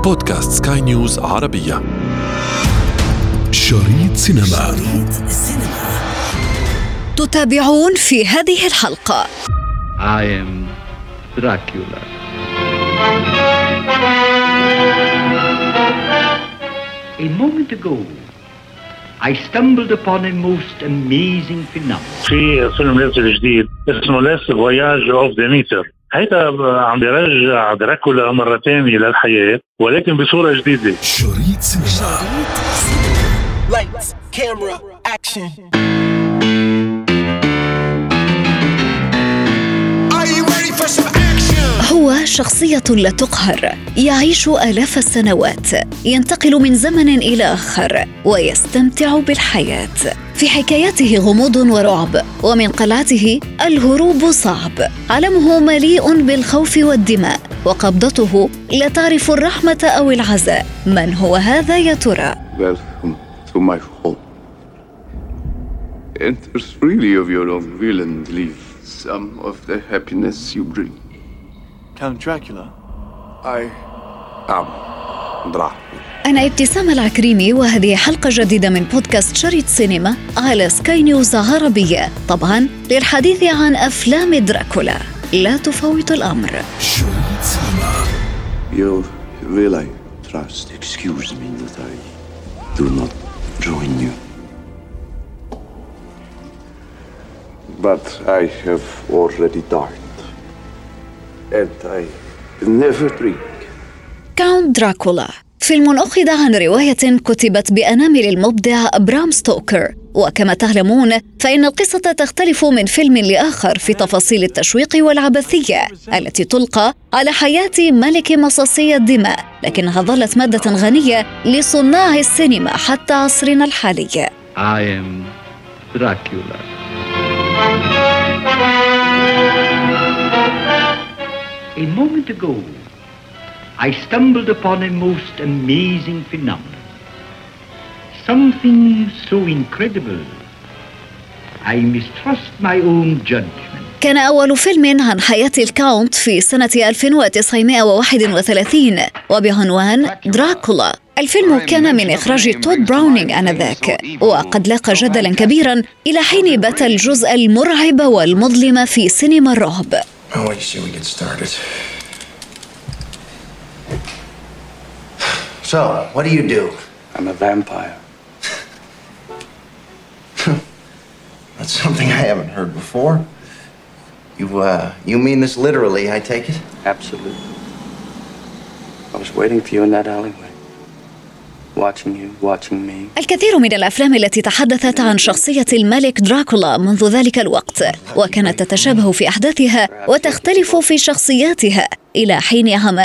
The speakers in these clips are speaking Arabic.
بودكاست سكاي نيوز عربية. شريط سينما. تتابعون في هذه الحلقة. I am Dracula. A moment ago, I stumbled upon a most amazing phenomenon. في فيلم ليس جديد اسمه ليس فواياج اوف ديميتر. هيدا عم بيرجع دراكولا مرة تانية للحياة ولكن بصورة جديدة. شريط سينما. Lights, camera, action. Are you ready for some action? هو شخصية لا تقهر، يعيش آلاف السنوات، ينتقل من زمن إلى آخر ويستمتع بالحياة. في حكاياته غموض ورعب، ومن قلعته الهروب صعب. عالمه مليء بالخوف والدماء، وقبضته لا تعرف الرحمة أو العزاء. من هو هذا يا ترى؟ Welcome to my home. Enter freely of your own will and leave some of the happiness you bring. Count Dracula. I am Dracula. أنا ابتسام العكريمي، وهذه حلقة جديدة من بودكاست شريط سينما على سكاي نيوز عربية، طبعاً للحديث عن أفلام دراكولا. لا تفوت الأمر. شريط سينما. You will I trust. Excuse me that I do not join you. But I have already died. And I never drink. كاونت دراكولا فيلم أخذ عن رواية كتبت بأنامل المبدع برام ستوكر، وكما تعلمون فإن القصة تختلف من فيلم لآخر في تفاصيل التشويق والعبثية التي تلقى على حياة ملك مصاصي الدماء، لكنها ظلت مادة غنية لصناع السينما حتى عصرنا الحالي. I am Dracula. A moment ago, I stumbled upon a most amazing phenomenon. Something so incredible, I mistrust my own judgment. كان أول فيلم عن حياة الكاونت في سنة 1931 وبعنوان دراكولا. الفيلم كان من إخراج تود براونينغ آنذاك، وقد لاقى جدلاً كبيراً إلى حين بات الجزء المرعب والمظلم في سينما الرعب. So, what do? I'm a vampire. That's something I haven't heard before. You mean this literally, I take it? Absolutely. I was waiting for you in that alleyway. Watching you, watching me. الكثير من الأفلام التي تحدثت عن شخصية الملك دراكولا منذ ذلك الوقت، وكانت تتشابه في أحداثها وتختلف في شخصياتها إلى حين عام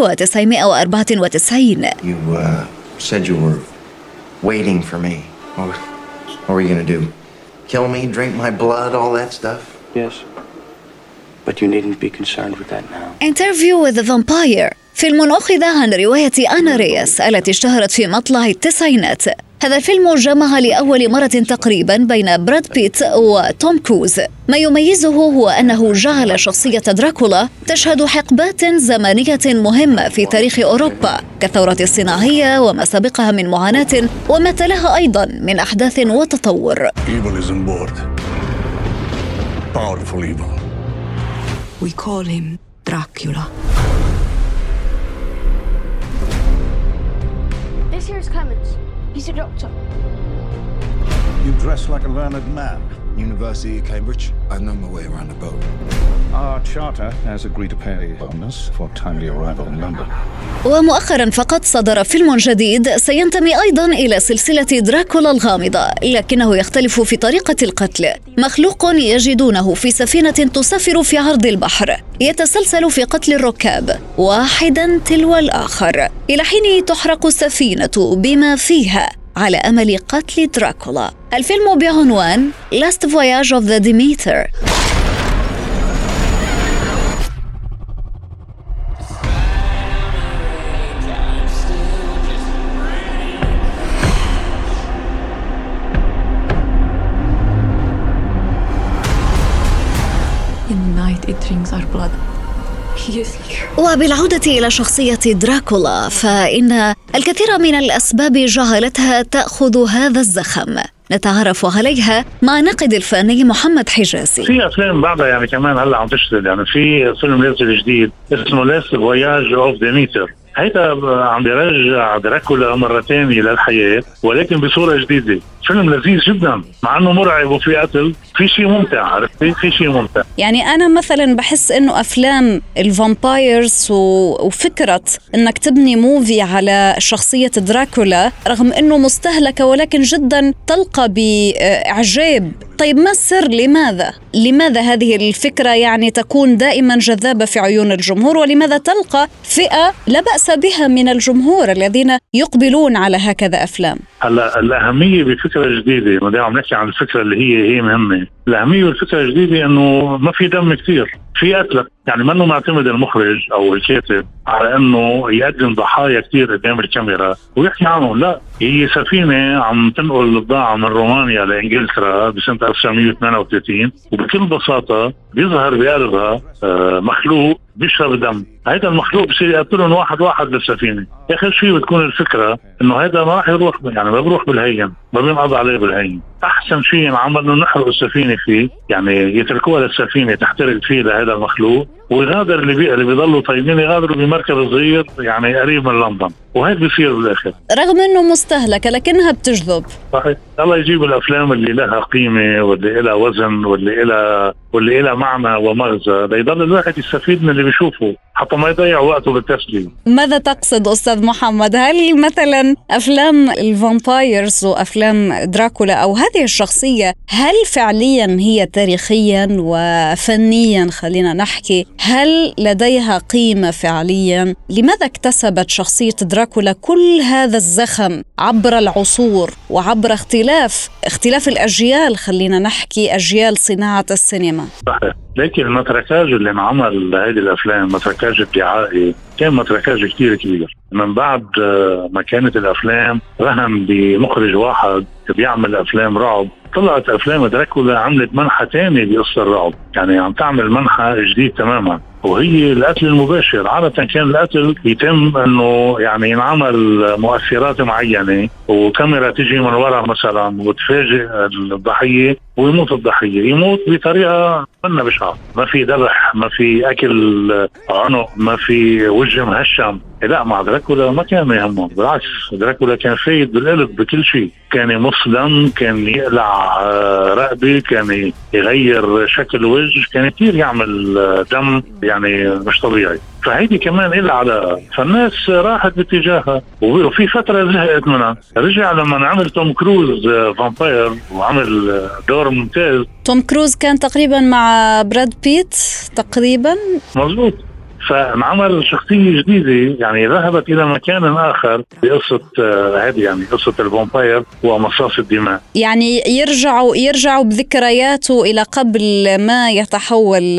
1994. You said you were waiting for me. What were you gonna do? Kill me, drink my blood, all that stuff? Yes. But you needn't be concerned with that now. Interview with the Vampire فيلم أخذ عن رواية أنا ريس التي اشتهرت في مطلع التسعينات. هذا الفيلم جمع لأول مرة تقريبا بين براد بيت وتوم كروز. ما يميزه هو أنه جعل شخصية دراكولا تشهد حقبات زمنية مهمة في تاريخ أوروبا كالثورة الصناعية وما سبقها من معاناة وما تلاها أيضا من أحداث وتطور. Evil is on board. Powerful evil. We call him Dracula. This here's Clemens. He's a doctor. You dress like a learned man. University of Cambridge. I know my way around the boat. Our charter has agreed to pay a bonus for timely arrival in London. ومؤخرا فقط صدر فيلم جديد سينتمي أيضا إلى سلسلة دراكولا الغامضة، لكنه يختلف في طريقة القتل. مخلوق يجدونه في سفينة تسافر في عرض البحر، يتسلسل في قتل الركاب واحدا تلو الآخر إلى حين تحرق السفينة بما فيها على أمل قتل دراكولا. الفيلم بعنوان Last Voyage of the Demeter. In the night it drinks our blood. He is here. وبالعودة إلى شخصية دراكولا، فإن الكثير من الأسباب جعلتها تأخذ هذا الزخم، نتعرف عليها مع ناقد الفني محمد حجازي. في افلام بعدها يعني كمان هلا عم تشتغل، يعني في فيلم نازل جديد اسمه لاست فواياج اوف ديميتر، هيدا عم بيرجع دراكولا مرة ثانية للحياة ولكن بصورة جديدة. فيلم لذيذ جدا مع انه مرعب وفي قتل، في شيء ممتع، عرفتي؟ في شيء ممتع. يعني انا مثلا بحس انه افلام الفامبايرز وفكرة انك تبني موفي على شخصية دراكولا رغم انه مستهلكة ولكن جدا تلقى باعجاب. طيب ما السر؟ لماذا هذه الفكرة يعني تكون دائما جذابة في عيون الجمهور، ولماذا تلقى فئة لا بأس بها من الجمهور الذين يقبلون على هكذا أفلام؟ هلا الأهمية بفكرة جديدة، ما دام عم نحكي عن الفكرة اللي هي مهمة، الأهمية بالفكرة الجديدة إنه ما في دم كتير، في قتل، يعني ما إنه معتمد المخرج أو الكاتب على إنه يقدم ضحايا كتير قدام الكاميرا ويحكي عنهم. لا، هي سفينة عم تنقل البضاعة من رومانيا لإنجلترا بسنة 1938 وبكل بساطة بيظهر بقلبها مخلوق بيشرب دم. هذا المخلوق بصير يقتلهم واحد بالسفينة. آخر شيء بتكون الفكرة إنه هذا ما راح يروح، يعني ما بيروح بالهين، ما بينقض عليه بالهين. أحسن شيء عمل إنه نحرق السفينة فيه، يعني يتركوها للسفينة تحترق فيه لهذا المخلوق، ويغادر اللي بيضلوا طيبين يغادروا بمركب صغير يعني قريب من لندن، وهيك بيصير بالآخر. رغم إنه مستهلكة لكنها بتجذب. صحيح. الله يجيب الأفلام اللي لها قيمة واللي لها وزن واللي لها معنى ومغزى ليضل الواحد يستفيد من اللي بيشوفه حتى ما يضيع وقته بالتسلية. ماذا تقصد أستاذ محمد؟ هل مثلا أفلام الفامبايرز وأفلام دراكولا أو هذه الشخصية هل فعليا هي تاريخيا وفنيا، خلينا نحكي، هل لديها قيمة فعليا؟ لماذا اكتسبت شخصية دراكولا كل هذا الزخم عبر العصور وعبر اختلاف الأجيال، خلينا نحكي أجيال صناعة السينما؟ صحيح. لكن المتركاج اللي انعمل لهذه الأفلام متركاج ادعائي كان متركاج كتير كبير. من بعد ما كانت الأفلام رهن بمخرج واحد بيعمل أفلام رعب، طلعت أفلام دراكولا عملت منحى تاني بقصة الرعب، يعني عم تعمل منحى جديد تماما، وهي القتل المباشر. عادة كان القتل يتم انه يعني ينعمل مؤثرات معينة وكاميرا تجي من وراء مثلا وتفاجئ الضحية ويموت الضحية، يموت بطريقة منا بشعة، ما في ذبح، ما في اكل عنق، ما في وجه مهشم. لا، مع دراكولا ما كان يهمه، بالعكس دراكولا كان فايد بالقلب بكل شيء، كان يمص دم، كان يقلع رقبة، كان يغير شكل وجه، كان كتير يعمل دم يعني مش طبيعي. فهيدي كمان إلها علاقة، فالناس راحت باتجاهها وفي فترة زهقت منها. رجع لما عمل توم كروز فامباير وعمل دور ممتاز. توم كروز كان تقريبا مع براد بيت تقريبا، مظبوط. فعمل شخصية جديدة، يعني ذهبت إلى مكان آخر بقصة هذه، يعني قصة الفامباير ومصاص الدماء. يعني يرجعوا بذكرياته إلى قبل ما يتحول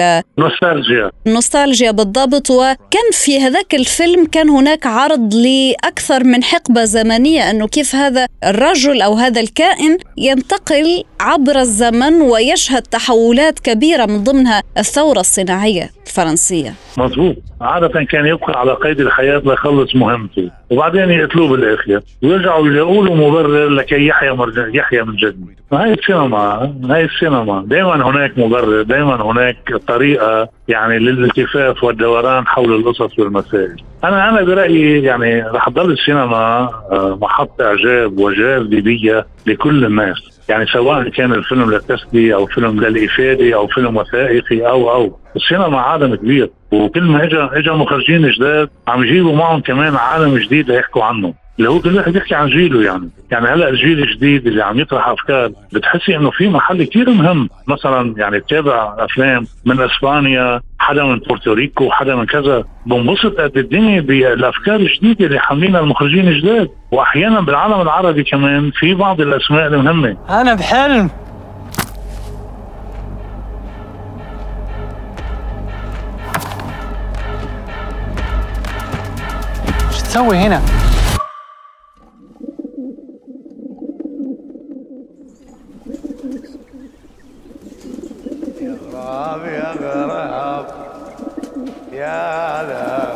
نوستالجيا بالضبط. وكان في هذاك الفيلم كان هناك عرض لأكثر من حقبة زمنية، أنه كيف هذا الرجل أو هذا الكائن ينتقل عبر الزمن ويشهد تحولات كبيرة من ضمنها الثورة الصناعية الفرنسية. مظبوط. عادة كان يبقى على قيد الحياة ليخلص مهمته وبعدين يقتلوه بالآخر ويرجعوا يقولوا مبرر لكي يحيا من جديد. هاي السينما دائما هناك مبرر، دائما هناك طريقة يعني للالتفاف والدوران حول القصص والمسائل. أنا برأيي يعني رح تضل السينما محط إعجاب وجاذبية لكل الناس، يعني سواء كان الفيلم للتسلية أو فيلم للإفادة أو فيلم وثائقي أو السينما عالم كبير، وكل ما اجى مخرجين جداد عم يجيبوا معهم كمان عالم جديد ليحكوا عنه، اللي هو كل واحد يحكي عن جيله. يعني هلا الجيل الجديد اللي عم يطرح افكار بتحسي انه في محل كتير مهم، مثلا يعني تتابع افلام من اسبانيا، حدا من بورتوريكو، حدا من كذا، بنبسط قد الدنيا بالافكار الجديده اللي حاملينها المخرجين الجداد. واحيانا بالعالم العربي كمان في بعض الاسماء المهمه. انا بحلم شو تسوي هنا؟ يا غراب يا غراب يا لا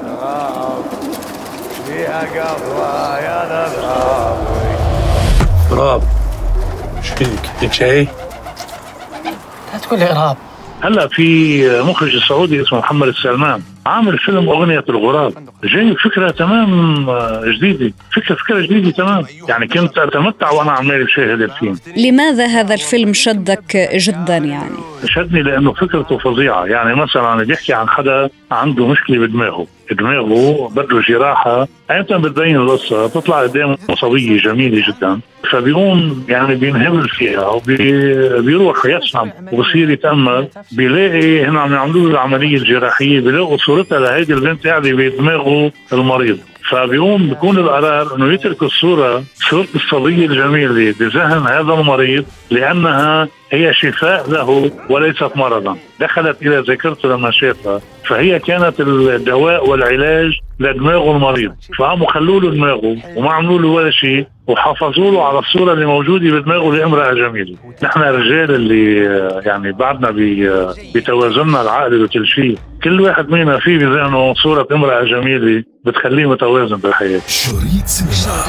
يا قبضة يا ذرابي. غراب شيك شيء لا تقول لي غراب. هلا في مخرج سعودي اسمه محمد السلمان عامل فيلم أغنية الغراب، جاي فكرة تمام جديدة، فكرة جديدة تمام، يعني كنت أتمتع وأنا عمال بشاهد الفيلم. لماذا هذا الفيلم شدك جدا يعني؟ شدني لأنه فكرته فظيعة، يعني مثلا بيحكي عن حدا عنده مشكلة بدماغه بده جراحة، أيضا بتبين القصة بتطلع قدامه صبية جميلة جدا، فبيقوم يعني بينهمل فيها وبيروح يسمع وبصير يتأمل، بيلاقي هنا عم يعملوا له العملية الجراحية، بيلاقوا صورتها لهيدي البنت قاعدة بدماغه المريض، فبيقوم بيكون القرار انه يترك صورة الصبية الجميلة بذهن هذا المريض لانها هي شفاء له وليست مرضا. دخلت الى ذاكرته لما شافها، فهي كانت الدواء والعلاج لدماغه المريض، فقاموا خلوا له دماغه وما عملوا له ولا شيء وحافظوا له على الصورة اللي موجودة بدماغه لامرأة جميلة. نحن الرجال اللي يعني بعدنا بتوازننا العقلي وكل شيء، كل واحد منا فيه بذهنه صورة امرأة جميلة بتخليه متوازن بالحياة. شريط سينما.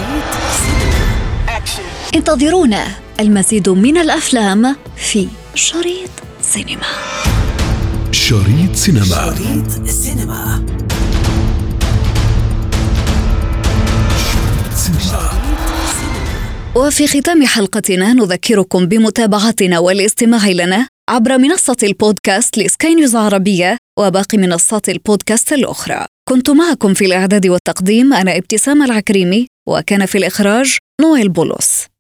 انتظرونا المزيد من الأفلام في شريط سينما. شريط سينما. شريط سينما. وفي ختام حلقتنا نذكركم بمتابعتنا والاستماع لنا عبر منصة البودكاست لسكاي نيوز عربية وباقي منصات البودكاست الأخرى. كنت معكم في الإعداد والتقديم أنا ابتسام العكريمي، وكان في الإخراج نويل بولس.